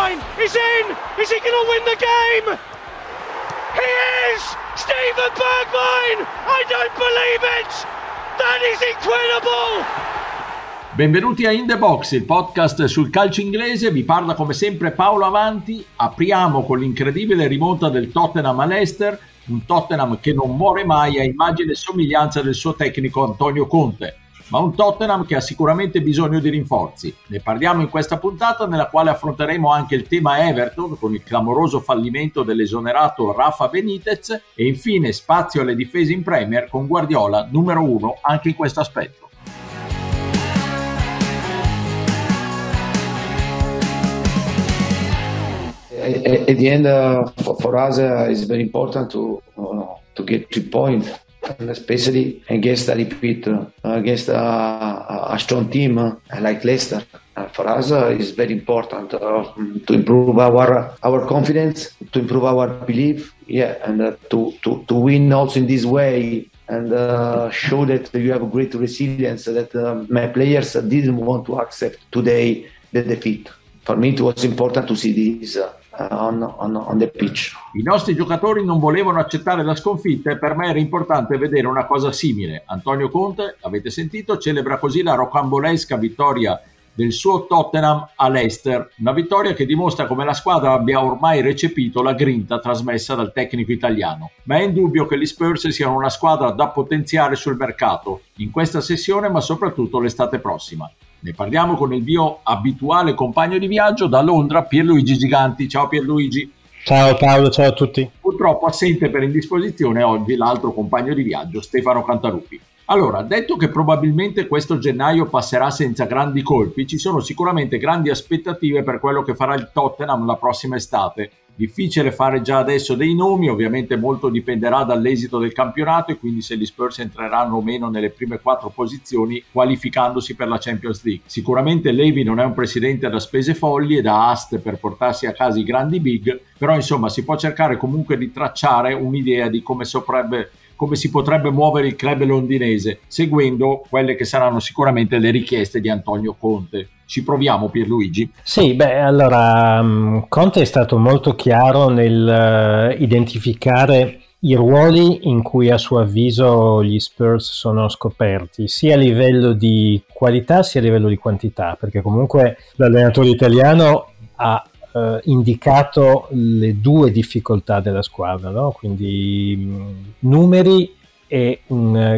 line. He's in. Is he going to win the game? He is. Steven Bergwijn. I don't believe it. That is incredible. Benvenuti a In The Box, il podcast sul calcio inglese. Vi parla come sempre Paolo Avanti. Apriamo con l'incredibile rimonta del Tottenham a Leicester, un Tottenham che non muore mai a immagine e somiglianza del suo tecnico Antonio Conte, ma un Tottenham che ha sicuramente bisogno di rinforzi. Ne parliamo in questa puntata, nella quale affronteremo anche il tema Everton con il clamoroso fallimento dell'esonerato Rafa Benitez e infine spazio alle difese in Premier con Guardiola numero 1 anche in questo aspetto. At the end, for us, it's very important to get 3 points, and especially against against a strong team like Leicester. For us, it's very important to improve our confidence, to improve our belief, and to win also in this way. And show that you have a great resilience, that my players didn't want to accept today the defeat. For me, it was important to see this on the pitch. I nostri giocatori non volevano accettare la sconfitta e per me era importante vedere una cosa simile. Antonio Conte, avete sentito, celebra così la rocambolesca vittoria del suo Tottenham a Leicester, una vittoria che dimostra come la squadra abbia ormai recepito la grinta trasmessa dal tecnico italiano. Ma è indubbio che gli Spurs siano una squadra da potenziare sul mercato, in questa sessione ma soprattutto l'estate prossima. Ne parliamo con il mio abituale compagno di viaggio da Londra, Pierluigi Giganti. Ciao Pierluigi. Ciao Paolo, ciao a tutti. Purtroppo assente per indisposizione oggi l'altro compagno di viaggio, Stefano Cantalupi. Allora, detto che probabilmente questo gennaio passerà senza grandi colpi, ci sono sicuramente grandi aspettative per quello che farà il Tottenham la prossima estate. Difficile fare già adesso dei nomi, ovviamente molto dipenderà dall'esito del campionato e quindi se gli Spurs entreranno o meno nelle prime 4 posizioni qualificandosi per la Champions League. Sicuramente Levy non è un presidente da spese folli e da aste per portarsi a casa i grandi big, però insomma si può cercare comunque di tracciare un'idea di come si potrebbe muovere il club londinese, seguendo quelle che saranno sicuramente le richieste di Antonio Conte. Ci proviamo, Pierluigi? Sì, allora Conte è stato molto chiaro nel identificare i ruoli in cui a suo avviso gli Spurs sono scoperti, sia a livello di qualità sia a livello di quantità, perché comunque l'allenatore italiano ha indicato le 2 difficoltà della squadra, no? Quindi numeri e un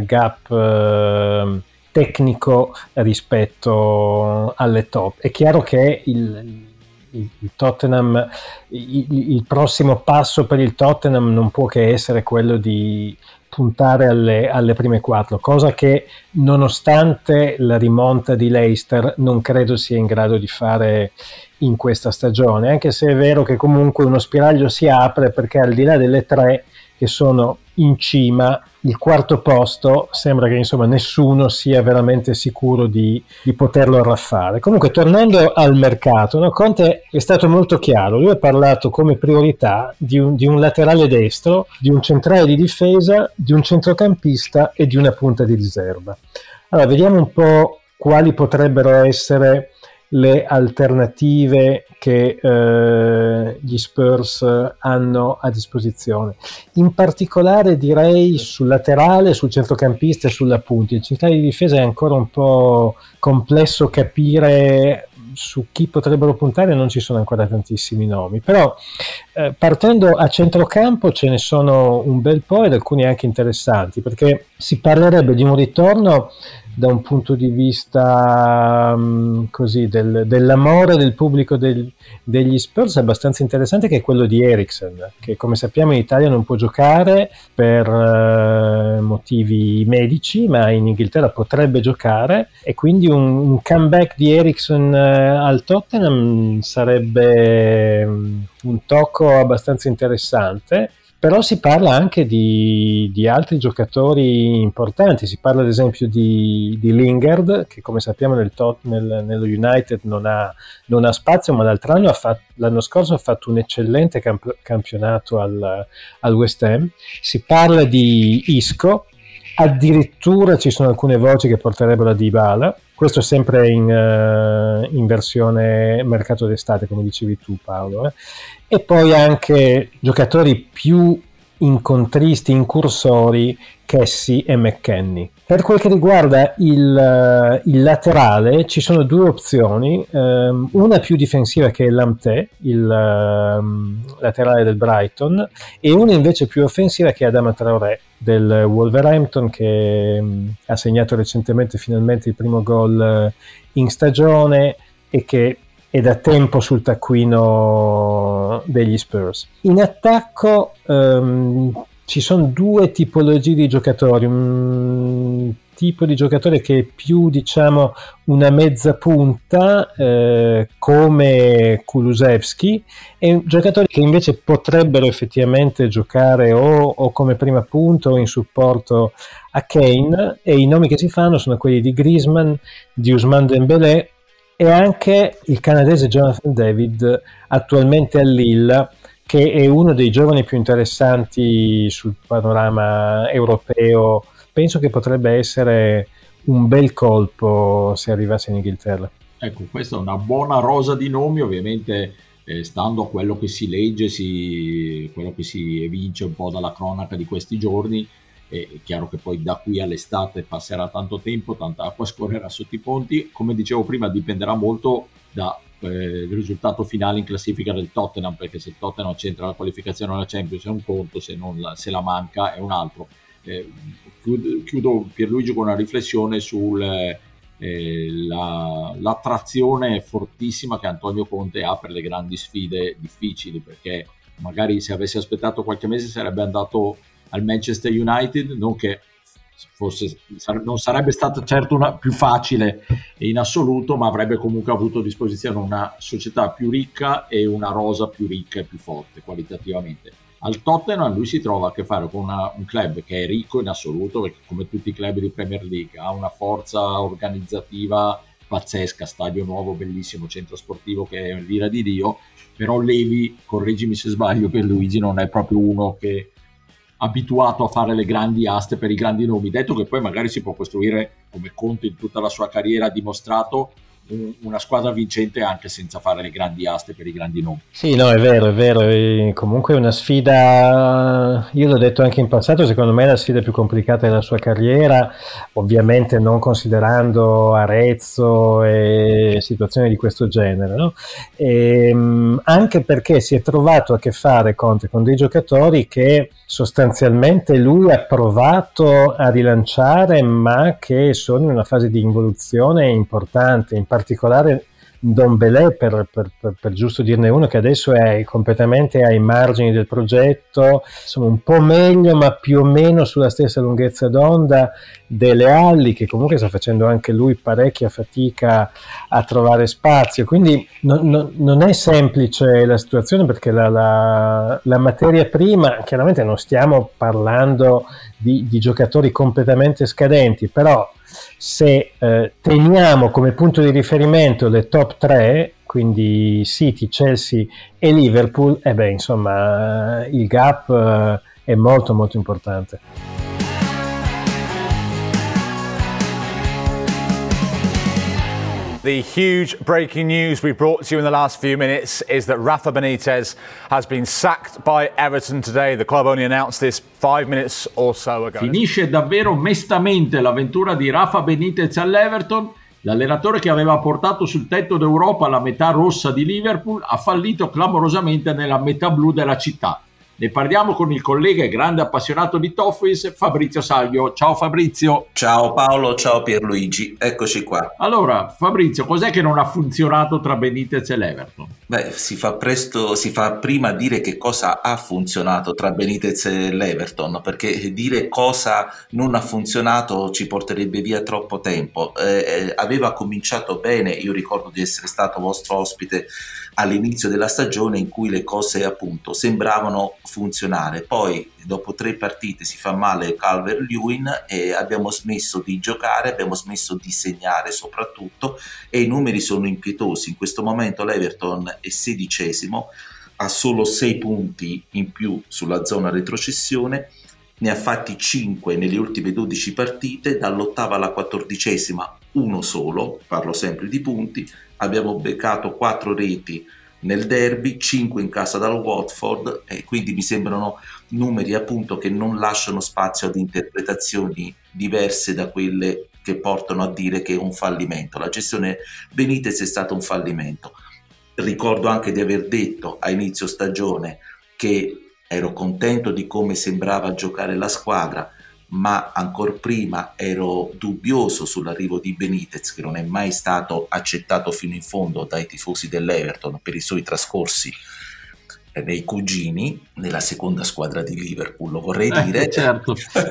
gap tecnico rispetto alle top. È chiaro che il Tottenham, il prossimo passo per il Tottenham non può che essere quello di puntare alle prime 4, cosa che nonostante la rimonta di Leicester non credo sia in grado di fare in questa stagione, anche se è vero che comunque uno spiraglio si apre, perché al di là delle 3 che sono in cima, il 4º posto sembra che insomma nessuno sia veramente sicuro di poterlo arraffare. Comunque, tornando al mercato, no? Conte è stato molto chiaro, lui ha parlato come priorità di un laterale destro, di un centrale di difesa, di un centrocampista e di una punta di riserva. Allora, vediamo un po' quali potrebbero essere le alternative che gli Spurs hanno a disposizione. In particolare direi sul laterale, sul centrocampista e sulla punta. Il centrale di difesa è ancora un po' complesso capire su chi potrebbero puntare, non ci sono ancora tantissimi nomi, però partendo a centrocampo ce ne sono un bel po' ed alcuni anche interessanti, perché si parlerebbe di un ritorno da un punto di vista così dell'amore del pubblico degli Spurs abbastanza interessante, che è quello di Eriksen, che come sappiamo in Italia non può giocare per motivi medici, ma in Inghilterra potrebbe giocare, e quindi un comeback di Eriksen al Tottenham sarebbe un tocco abbastanza interessante. Però si parla anche di altri giocatori importanti, si parla ad esempio di Lingard, che come sappiamo nello United non ha spazio, ma l'anno scorso ha fatto un eccellente campionato al West Ham. Si parla di Isco, addirittura ci sono alcune voci che porterebbero a Dybala, Questo sempre in versione mercato d'estate, come dicevi tu, Paolo. E poi anche giocatori più incontristi, incursori, Kessie e McKennie. Per quel che riguarda il laterale, ci sono due opzioni, una più difensiva che è Lamptey, il laterale del Brighton, e una invece più offensiva che è Adama Traoré del Wolverhampton, che ha segnato recentemente finalmente il primo gol in stagione e che è da tempo sul taccuino degli Spurs. In attacco ci sono due tipologie di giocatori, un tipo di giocatore che è più, diciamo, una mezza punta come Kulusevski, e giocatori che invece potrebbero effettivamente giocare o come prima punta o in supporto a Kane, e i nomi che si fanno sono quelli di Griezmann, di Ousmane Dembélé e anche il canadese Jonathan David, attualmente a Lille, che è uno dei giovani più interessanti sul panorama europeo. Penso che potrebbe essere un bel colpo se arrivasse in Inghilterra. Ecco, questa è una buona rosa di nomi, ovviamente stando a quello che si legge, quello che si evince un po' dalla cronaca di questi giorni. È chiaro che poi da qui all'estate passerà tanto tempo, tanta acqua scorrerà sotto i ponti. Come dicevo prima, dipenderà molto da il risultato finale in classifica del Tottenham, perché se il Tottenham c'entra la qualificazione alla Champions è un conto, se la manca è un altro. Chiudo, Pierluigi, con una riflessione sull'attrazione fortissima che Antonio Conte ha per le grandi sfide difficili, perché magari se avesse aspettato qualche mese sarebbe andato al Manchester United, non che non sarebbe stata certo una più facile in assoluto, ma avrebbe comunque avuto a disposizione una società più ricca e una rosa più ricca e più forte qualitativamente. Al Tottenham lui si trova a che fare con un club che è ricco in assoluto, perché come tutti i club di Premier League ha una forza organizzativa pazzesca, stadio nuovo bellissimo, centro sportivo che è l'ira di Dio, però Levy, correggimi se sbaglio Pierluigi, non è proprio uno che abituato a fare le grandi aste per i grandi nomi, detto che poi magari si può costruire, come Conte in tutta la sua carriera ha dimostrato, una squadra vincente anche senza fare le grandi aste per i grandi nomi. Sì, no, è vero, e comunque è una sfida, io l'ho detto anche in passato, secondo me è la sfida più complicata della sua carriera, ovviamente non considerando Arezzo e situazioni di questo genere, no? Anche perché si è trovato a che fare Conte con dei giocatori che sostanzialmente lui ha provato a rilanciare, ma che sono in una fase di involuzione importante, in particolare Ndombélé, per giusto dirne uno, che adesso è completamente ai margini del progetto, insomma un po' meglio ma più o meno sulla stessa lunghezza d'onda delle Alli, che comunque sta facendo anche lui parecchia fatica a trovare spazio, quindi non è semplice la situazione, perché la materia prima, chiaramente non stiamo parlando di giocatori completamente scadenti, però se teniamo come punto di riferimento le top 3, quindi City, Chelsea e Liverpool, insomma il gap è molto molto importante. The huge breaking news we brought to you in the last few minutes is that Rafa Benitez has been sacked by Everton today. The club only announced this 5 minutes or so ago. Finisce davvero mestamente l'avventura di Rafa Benitez all'Everton. L'allenatore che aveva portato sul tetto d'Europa la metà rossa di Liverpool ha fallito clamorosamente nella metà blu della città. Ne parliamo con il collega e grande appassionato di Toffees, Fabrizio Salvio. Ciao Fabrizio. Ciao Paolo, ciao Pierluigi, eccoci qua. Allora Fabrizio, cos'è che non ha funzionato tra Benitez e l'Everton? Si fa prima dire che cosa ha funzionato tra Benitez e l'Everton, perché dire cosa non ha funzionato ci porterebbe via troppo tempo. Aveva cominciato bene, io ricordo di essere stato vostro ospite all'inizio della stagione in cui le cose appunto sembravano funzionare, poi dopo 3 partite si fa male Calvert-Lewin e abbiamo smesso di giocare, abbiamo smesso di segnare soprattutto, e i numeri sono impietosi. In questo momento l'Everton è 16esimo, ha solo 6 punti in più sulla zona retrocessione, ne ha fatti 5 nelle ultime 12 partite, dall'8ª alla 14esima uno solo, parlo sempre di punti, abbiamo beccato 4 reti nel derby, 5 in casa dal Watford, e quindi mi sembrano numeri appunto che non lasciano spazio ad interpretazioni diverse da quelle che portano a dire che è un fallimento. La gestione Benitez è stato un fallimento. Ricordo anche di aver detto a inizio stagione che ero contento di come sembrava giocare la squadra, ma ancor prima ero dubbioso sull'arrivo di Benitez, che non è mai stato accettato fino in fondo dai tifosi dell'Everton per i suoi trascorsi nei cugini, nella seconda squadra di Liverpool, lo vorrei dire. Certo.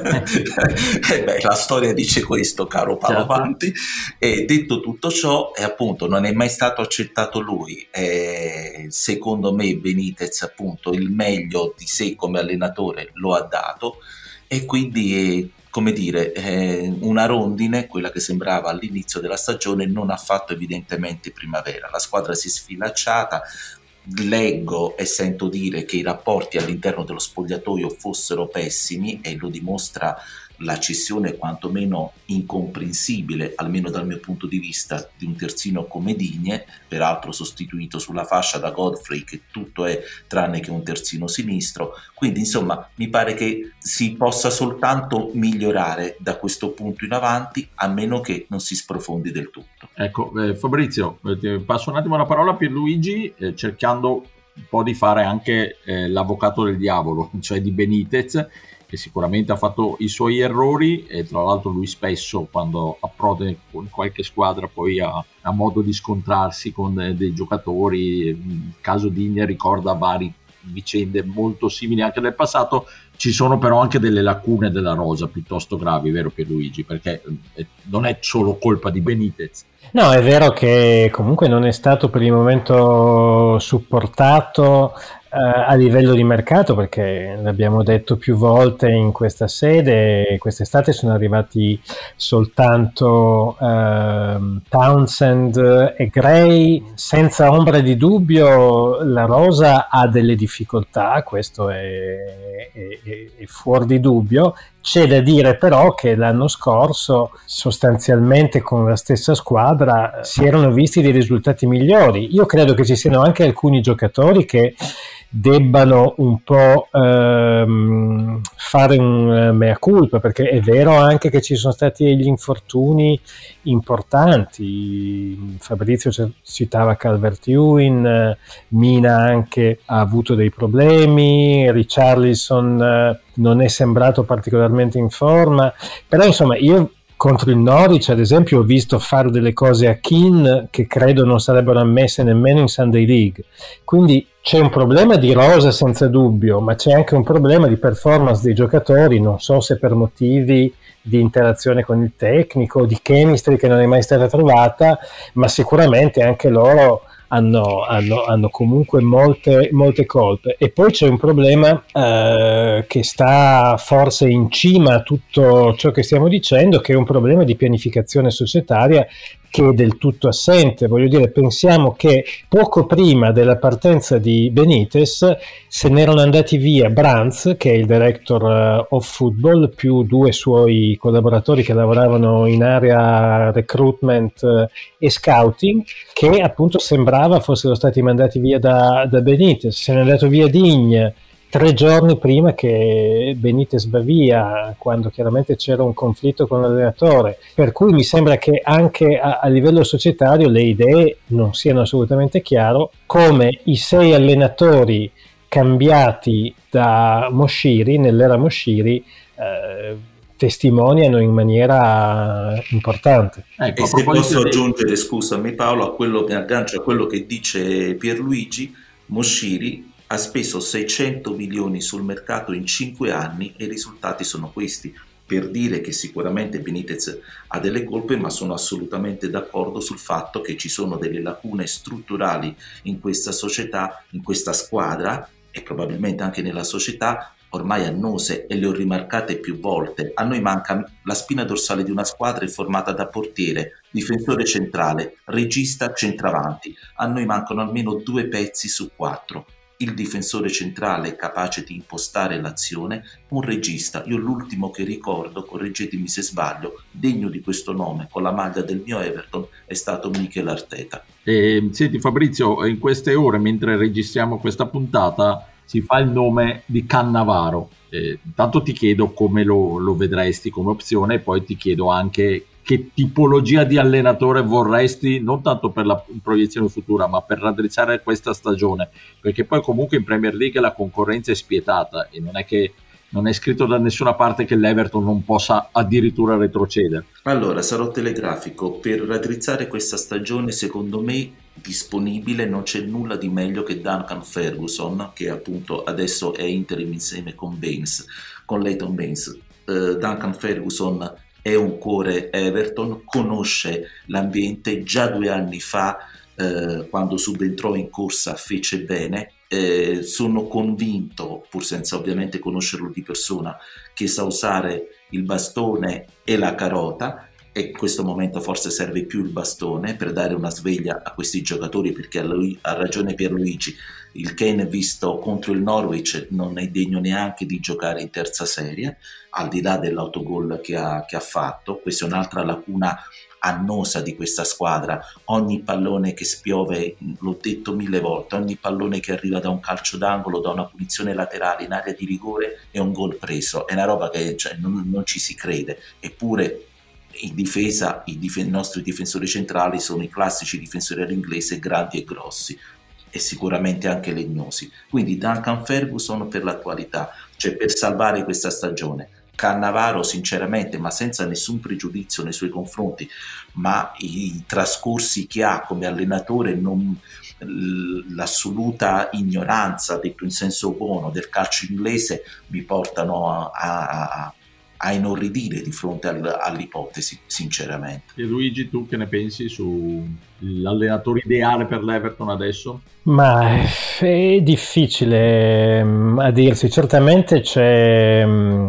La storia dice questo, caro Paolo, certo. Avanti. E detto tutto ciò, appunto, non è mai stato accettato lui. Secondo me Benitez, appunto, il meglio di sé come allenatore lo ha dato, e quindi come dire, una rondine, quella che sembrava all'inizio della stagione, non ha fatto evidentemente primavera. La squadra si è sfilacciata. Leggo e sento dire che i rapporti all'interno dello spogliatoio fossero pessimi, e lo dimostra la cessione quantomeno incomprensibile, almeno dal mio punto di vista, di un terzino come Digne, peraltro sostituito sulla fascia da Godfrey, che tutto è tranne che un terzino sinistro. Quindi insomma mi pare che si possa soltanto migliorare da questo punto in avanti, a meno che non si sprofondi del tutto. Ecco, Fabrizio, passo un attimo la parola a Pierluigi, cercando un po' di fare anche l'avvocato del diavolo, cioè di Benitez, che sicuramente ha fatto i suoi errori, e tra l'altro lui spesso, quando approda con qualche squadra, poi ha modo di scontrarsi con dei giocatori. Il caso Digne ricorda varie vicende molto simili anche del passato. Ci sono però anche delle lacune della rosa piuttosto gravi, vero Pierluigi? Perché non è solo colpa di Benitez. No, è vero che comunque non è stato per il momento supportato a livello di mercato, perché l'abbiamo detto più volte in questa sede. Quest'estate sono arrivati soltanto Townsend e Gray. Senza ombra di dubbio la rosa ha delle difficoltà, questo è fuori di dubbio. C'è da dire però che l'anno scorso sostanzialmente con la stessa squadra si erano visti dei risultati migliori. Io credo che ci siano anche alcuni giocatori che debbano un po' fare un mea culpa, perché è vero anche che ci sono stati degli infortuni importanti. Fabrizio citava Calvert-Lewin, Mina anche ha avuto dei problemi, Richarlison non è sembrato particolarmente in forma, però insomma io contro il Norwich ad esempio ho visto fare delle cose a Keane che credo non sarebbero ammesse nemmeno in Sunday League. Quindi c'è un problema di rosa senza dubbio, ma c'è anche un problema di performance dei giocatori, non so se per motivi di interazione con il tecnico, di chemistry che non è mai stata trovata, ma sicuramente anche loro hanno comunque molte colpe. E poi c'è un problema che sta forse in cima a tutto ciò che stiamo dicendo, che è un problema di pianificazione societaria che è del tutto assente. Voglio dire, pensiamo che poco prima della partenza di Benitez se n'erano andati via Brands, che è il director of football, più 2 suoi collaboratori che lavoravano in area recruitment e scouting, che appunto sembrava fossero stati mandati via da Benitez. Se n'è andato via Digne 3 giorni prima che Benitez va via, quando chiaramente c'era un conflitto con l'allenatore, per cui mi sembra che anche a livello societario le idee non siano assolutamente chiare, come i 6 allenatori cambiati da Moshiri, nell'era Moshiri, testimoniano in maniera importante. Ecco, e se posso aggiungere, scusami Paolo, mi aggancio a quello che dice Pierluigi, Moshiri ha speso 600 milioni sul mercato in 5 anni e i risultati sono questi. Per dire che sicuramente Benitez ha delle colpe, ma sono assolutamente d'accordo sul fatto che ci sono delle lacune strutturali in questa società, in questa squadra e probabilmente anche nella società, ormai annose, e le ho rimarcate più volte. A noi manca la spina dorsale di una squadra, è formata da portiere, difensore centrale, regista, centravanti. A noi mancano almeno 2 pezzi su 4. il difensore centrale capace di impostare l'azione, un regista, io l'ultimo che ricordo, correggetemi se sbaglio, degno di questo nome con la maglia del mio Everton è stato Mikel Arteta. Senti Fabrizio, in queste ore mentre registriamo questa puntata si fa il nome di Cannavaro, intanto ti chiedo come lo vedresti come opzione e poi ti chiedo anche che tipologia di allenatore vorresti, non tanto per la proiezione futura, ma per raddrizzare questa stagione, perché poi comunque in Premier League la concorrenza è spietata e non è scritto da nessuna parte che l'Everton non possa addirittura retrocedere. Allora, sarò telegrafico, per raddrizzare questa stagione secondo me disponibile non c'è nulla di meglio che Duncan Ferguson, che appunto adesso è interim insieme con Leighton Baines. Duncan Ferguson è un cuore Everton, conosce l'ambiente, già 2 anni fa quando subentrò in corsa fece bene. Sono convinto, pur senza ovviamente conoscerlo di persona, che sa usare il bastone e la carota, e in questo momento forse serve più il bastone per dare una sveglia a questi giocatori, perché ha ragione Pierluigi, il Kane visto contro il Norwich non è degno neanche di giocare in terza serie, al di là dell'autogol che ha fatto. Questa è un'altra lacuna annosa di questa squadra. Ogni pallone che spiove, l'ho detto 1000 volte, ogni pallone che arriva da un calcio d'angolo, da una punizione laterale in area di rigore è un gol preso, è una roba che non ci si crede. Eppure in difesa i nostri difensori centrali sono i classici difensori all'inglese, grandi e grossi e sicuramente anche legnosi. Quindi Duncan Ferguson per l'attualità, cioè per salvare questa stagione. Cannavaro sinceramente, ma senza nessun pregiudizio nei suoi confronti, ma i trascorsi che ha come allenatore, l'assoluta ignoranza, detto in senso buono, del calcio inglese mi portano a inorridire di fronte all'ipotesi, sinceramente. E Luigi, tu che ne pensi sull'allenatore ideale per l'Everton adesso? Ma è difficile a dirsi. Certamente c'è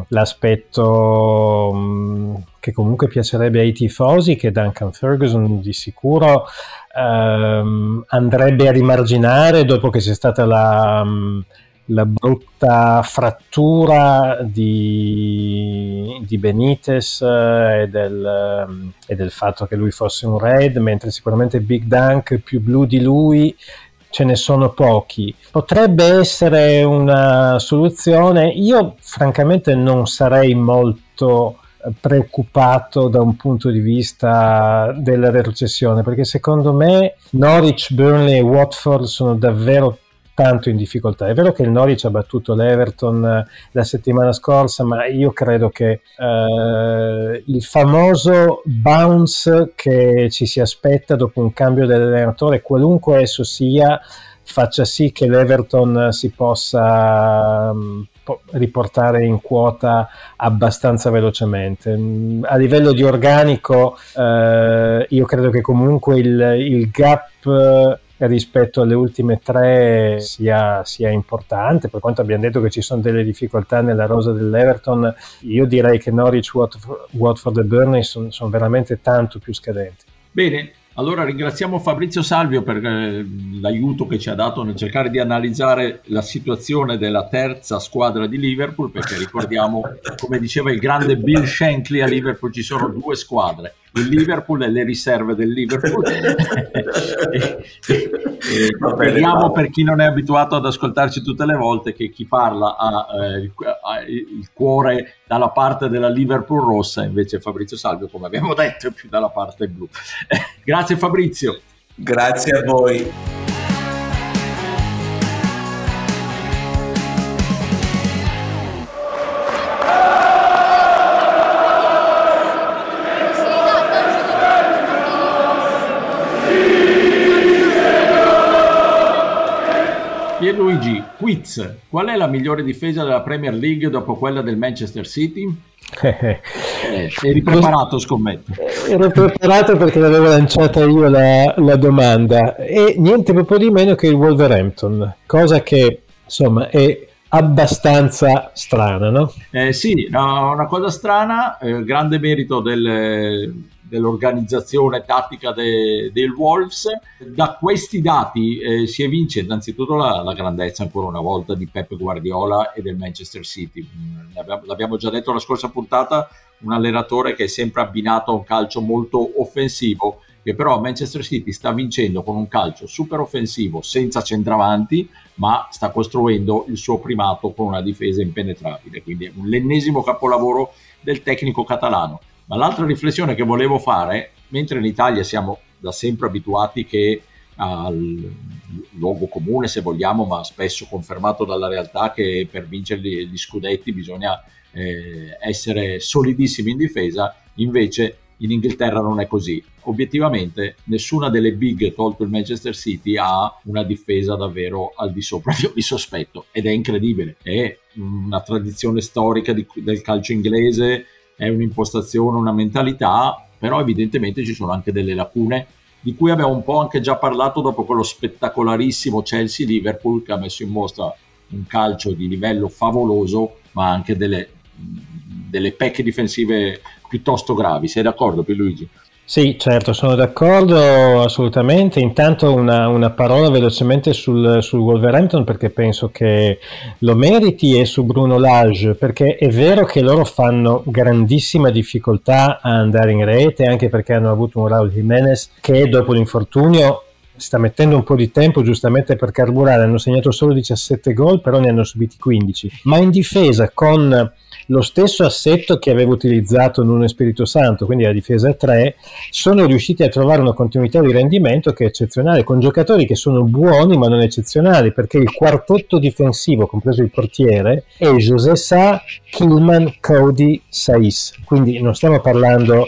l'aspetto che comunque piacerebbe ai tifosi, che Duncan Ferguson di sicuro andrebbe a rimarginare dopo che c'è stata la brutta frattura di Benitez e del fatto che lui fosse un Red, mentre sicuramente Big Dunk più blu di lui ce ne sono pochi. Potrebbe essere una soluzione. Io francamente non sarei molto preoccupato da un punto di vista della retrocessione, perché secondo me Norwich, Burnley e Watford sono davvero tanto in difficoltà. È vero che il Norwich ha battuto l'Everton la settimana scorsa, ma io credo che il famoso bounce che ci si aspetta dopo un cambio dell'allenatore, qualunque esso sia, faccia sì che l'Everton si possa riportare in quota abbastanza velocemente. A livello di organico io credo che comunque il gap rispetto alle ultime 3 sia importante. Per quanto abbiamo detto che ci sono delle difficoltà nella rosa dell'Everton, io direi che Norwich, Watford e Burnley sono veramente tanto più scadenti. Bene, allora ringraziamo Fabrizio Salvio per l'aiuto che ci ha dato nel cercare di analizzare la situazione della terza squadra di Liverpool, perché ricordiamo, come diceva il grande Bill Shankly, a Liverpool ci sono 2 squadre, il Liverpool e le riserve del Liverpool. Vediamo, per chi non è abituato ad ascoltarci tutte le volte, che chi parla ha il cuore dalla parte della Liverpool rossa, invece Fabrizio Salvio, come abbiamo detto, è più dalla parte blu. Grazie Fabrizio. Grazie a voi. Pierluigi, quiz: qual è la migliore difesa della Premier League dopo quella del Manchester City? Eri preparato, scommetto? Ero preparato perché l'avevo lanciata io la domanda, e niente proprio di meno che il Wolverhampton, cosa che insomma è abbastanza strana, no? Sì, una cosa strana, grande merito dell'organizzazione tattica del Wolves. Da questi dati si evince innanzitutto la grandezza ancora una volta di Pep Guardiola e del Manchester City. L'abbiamo già detto la scorsa puntata, un allenatore che è sempre abbinato a un calcio molto offensivo, che però Manchester City sta vincendo con un calcio super offensivo senza centravanti, ma sta costruendo il suo primato con una difesa impenetrabile, quindi è l'ennesimo capolavoro del tecnico catalano. Ma l'altra riflessione che volevo fare, mentre in Italia siamo da sempre abituati che al luogo comune, se vogliamo, ma spesso confermato dalla realtà, che per vincere gli scudetti bisogna essere solidissimi in difesa, invece in Inghilterra non è così. Obiettivamente nessuna delle big, tolto il Manchester City, ha una difesa davvero al di sopra di ogni sospetto, ed è incredibile. È una tradizione storica del calcio inglese, è un'impostazione, una mentalità, però evidentemente ci sono anche delle lacune di cui abbiamo un po' anche già parlato dopo quello spettacolarissimo Chelsea-Liverpool, che ha messo in mostra un calcio di livello favoloso, ma anche delle pecche difensive piuttosto gravi. Sei d'accordo, Pierluigi? Sì, certo, sono d'accordo assolutamente. Intanto una parola velocemente sul Wolverhampton, perché penso che lo meriti, e su Bruno Lage, perché è vero che loro fanno grandissima difficoltà a andare in rete, anche perché hanno avuto un Raúl Jiménez che dopo l'infortunio sta mettendo un po' di tempo giustamente per carburare. Hanno segnato solo 17 gol, però ne hanno subiti 15, ma in difesa con lo stesso assetto che aveva utilizzato Nuno Espirito Santo, quindi la difesa 3, sono riusciti a trovare una continuità di rendimento che è eccezionale, con giocatori che sono buoni ma non eccezionali, perché il quartetto difensivo, compreso il portiere, è José Sa, Kilman, Cody, Saiss. Quindi non stiamo parlando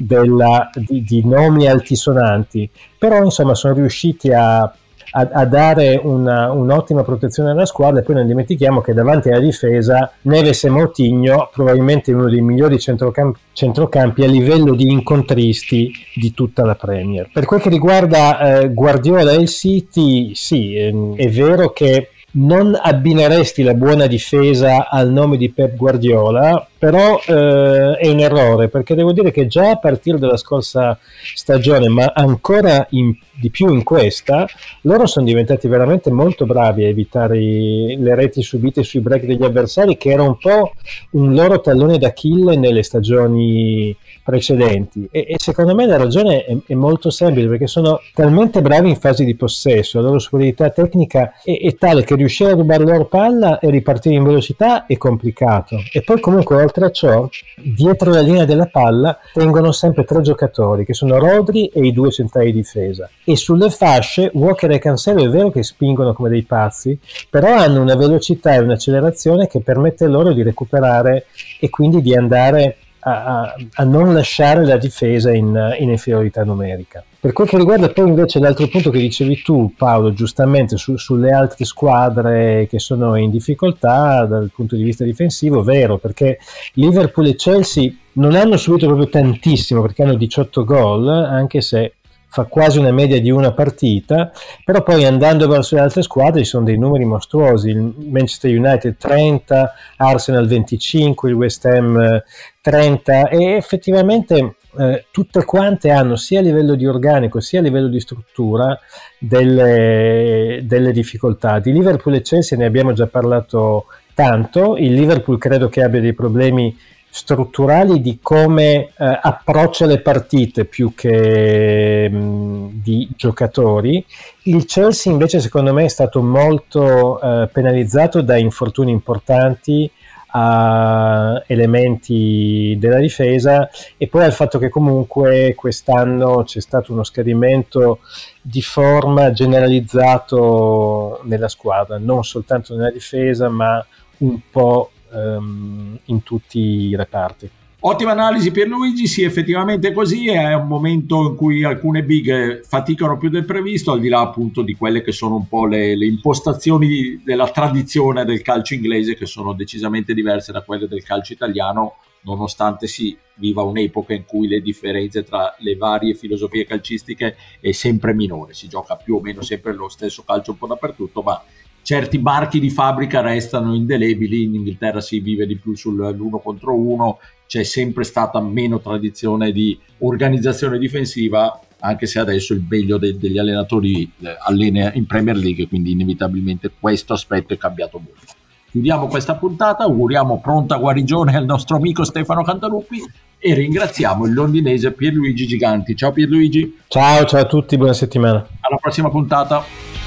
di nomi altisonanti, però insomma sono riusciti a dare un'ottima protezione alla squadra. E poi non dimentichiamo che davanti alla difesa Neves e Moutinho, probabilmente uno dei migliori centrocampi a livello di incontristi di tutta la Premier. Per quel che riguarda Guardiola e il City, sì, è vero che non abbineresti la buona difesa al nome di Pep Guardiola, però è un errore, perché devo dire che già a partire dalla scorsa stagione, ma ancora di più in questa, loro sono diventati veramente molto bravi a evitare le reti subite sui break degli avversari, che era un po' un loro tallone d'Achille nelle stagioni precedenti. E secondo me la ragione è molto semplice, perché sono talmente bravi in fase di possesso, la loro superiorità tecnica è tale che riuscire a rubare loro palla e ripartire in velocità è complicato. E poi comunque oltre a ciò, dietro la linea della palla tengono sempre 3 giocatori, che sono Rodri e i 2 centrali di difesa, e sulle fasce Walker e Cancelo è vero che spingono come dei pazzi, però hanno una velocità e un'accelerazione che permette loro di recuperare e quindi di andare a non lasciare la difesa in inferiorità numerica. Per quel che riguarda poi invece l'altro punto che dicevi tu, Paolo, giustamente sulle altre squadre che sono in difficoltà dal punto di vista difensivo, vero, perché Liverpool e Chelsea non hanno subito proprio tantissimo, perché hanno 18 gol, anche se fa quasi una media di una partita, però poi andando verso le altre squadre ci sono dei numeri mostruosi. Il Manchester United 30, Arsenal 25, il West Ham 30, e effettivamente tutte quante hanno, sia a livello di organico sia a livello di struttura, delle difficoltà. Di Liverpool e Chelsea ne abbiamo già parlato tanto. Il Liverpool credo che abbia dei problemi strutturali di come approccia le partite più che di giocatori. Il Chelsea invece secondo me è stato molto penalizzato da infortuni importanti a elementi della difesa, e poi al fatto che comunque quest'anno c'è stato uno scadimento di forma generalizzato nella squadra, non soltanto nella difesa ma un po' in tutti i reparti. Ottima analisi Pierluigi, sì, effettivamente così, è un momento in cui alcune big faticano più del previsto, al di là appunto di quelle che sono un po' le impostazioni della tradizione del calcio inglese, che sono decisamente diverse da quelle del calcio italiano, nonostante si viva un'epoca in cui le differenze tra le varie filosofie calcistiche è sempre minore, si gioca più o meno sempre lo stesso calcio un po' dappertutto, ma certi marchi di fabbrica restano indelebili. In Inghilterra si vive di più sull'1 contro 1, c'è sempre stata meno tradizione di organizzazione difensiva, anche se adesso il meglio degli allenatori allena in Premier League, quindi inevitabilmente questo aspetto è cambiato molto. Chiudiamo questa puntata, auguriamo pronta guarigione al nostro amico Stefano Cantaluppi e ringraziamo il londinese Pierluigi Giganti. Ciao Pierluigi. Ciao a tutti, buona settimana. Alla prossima puntata.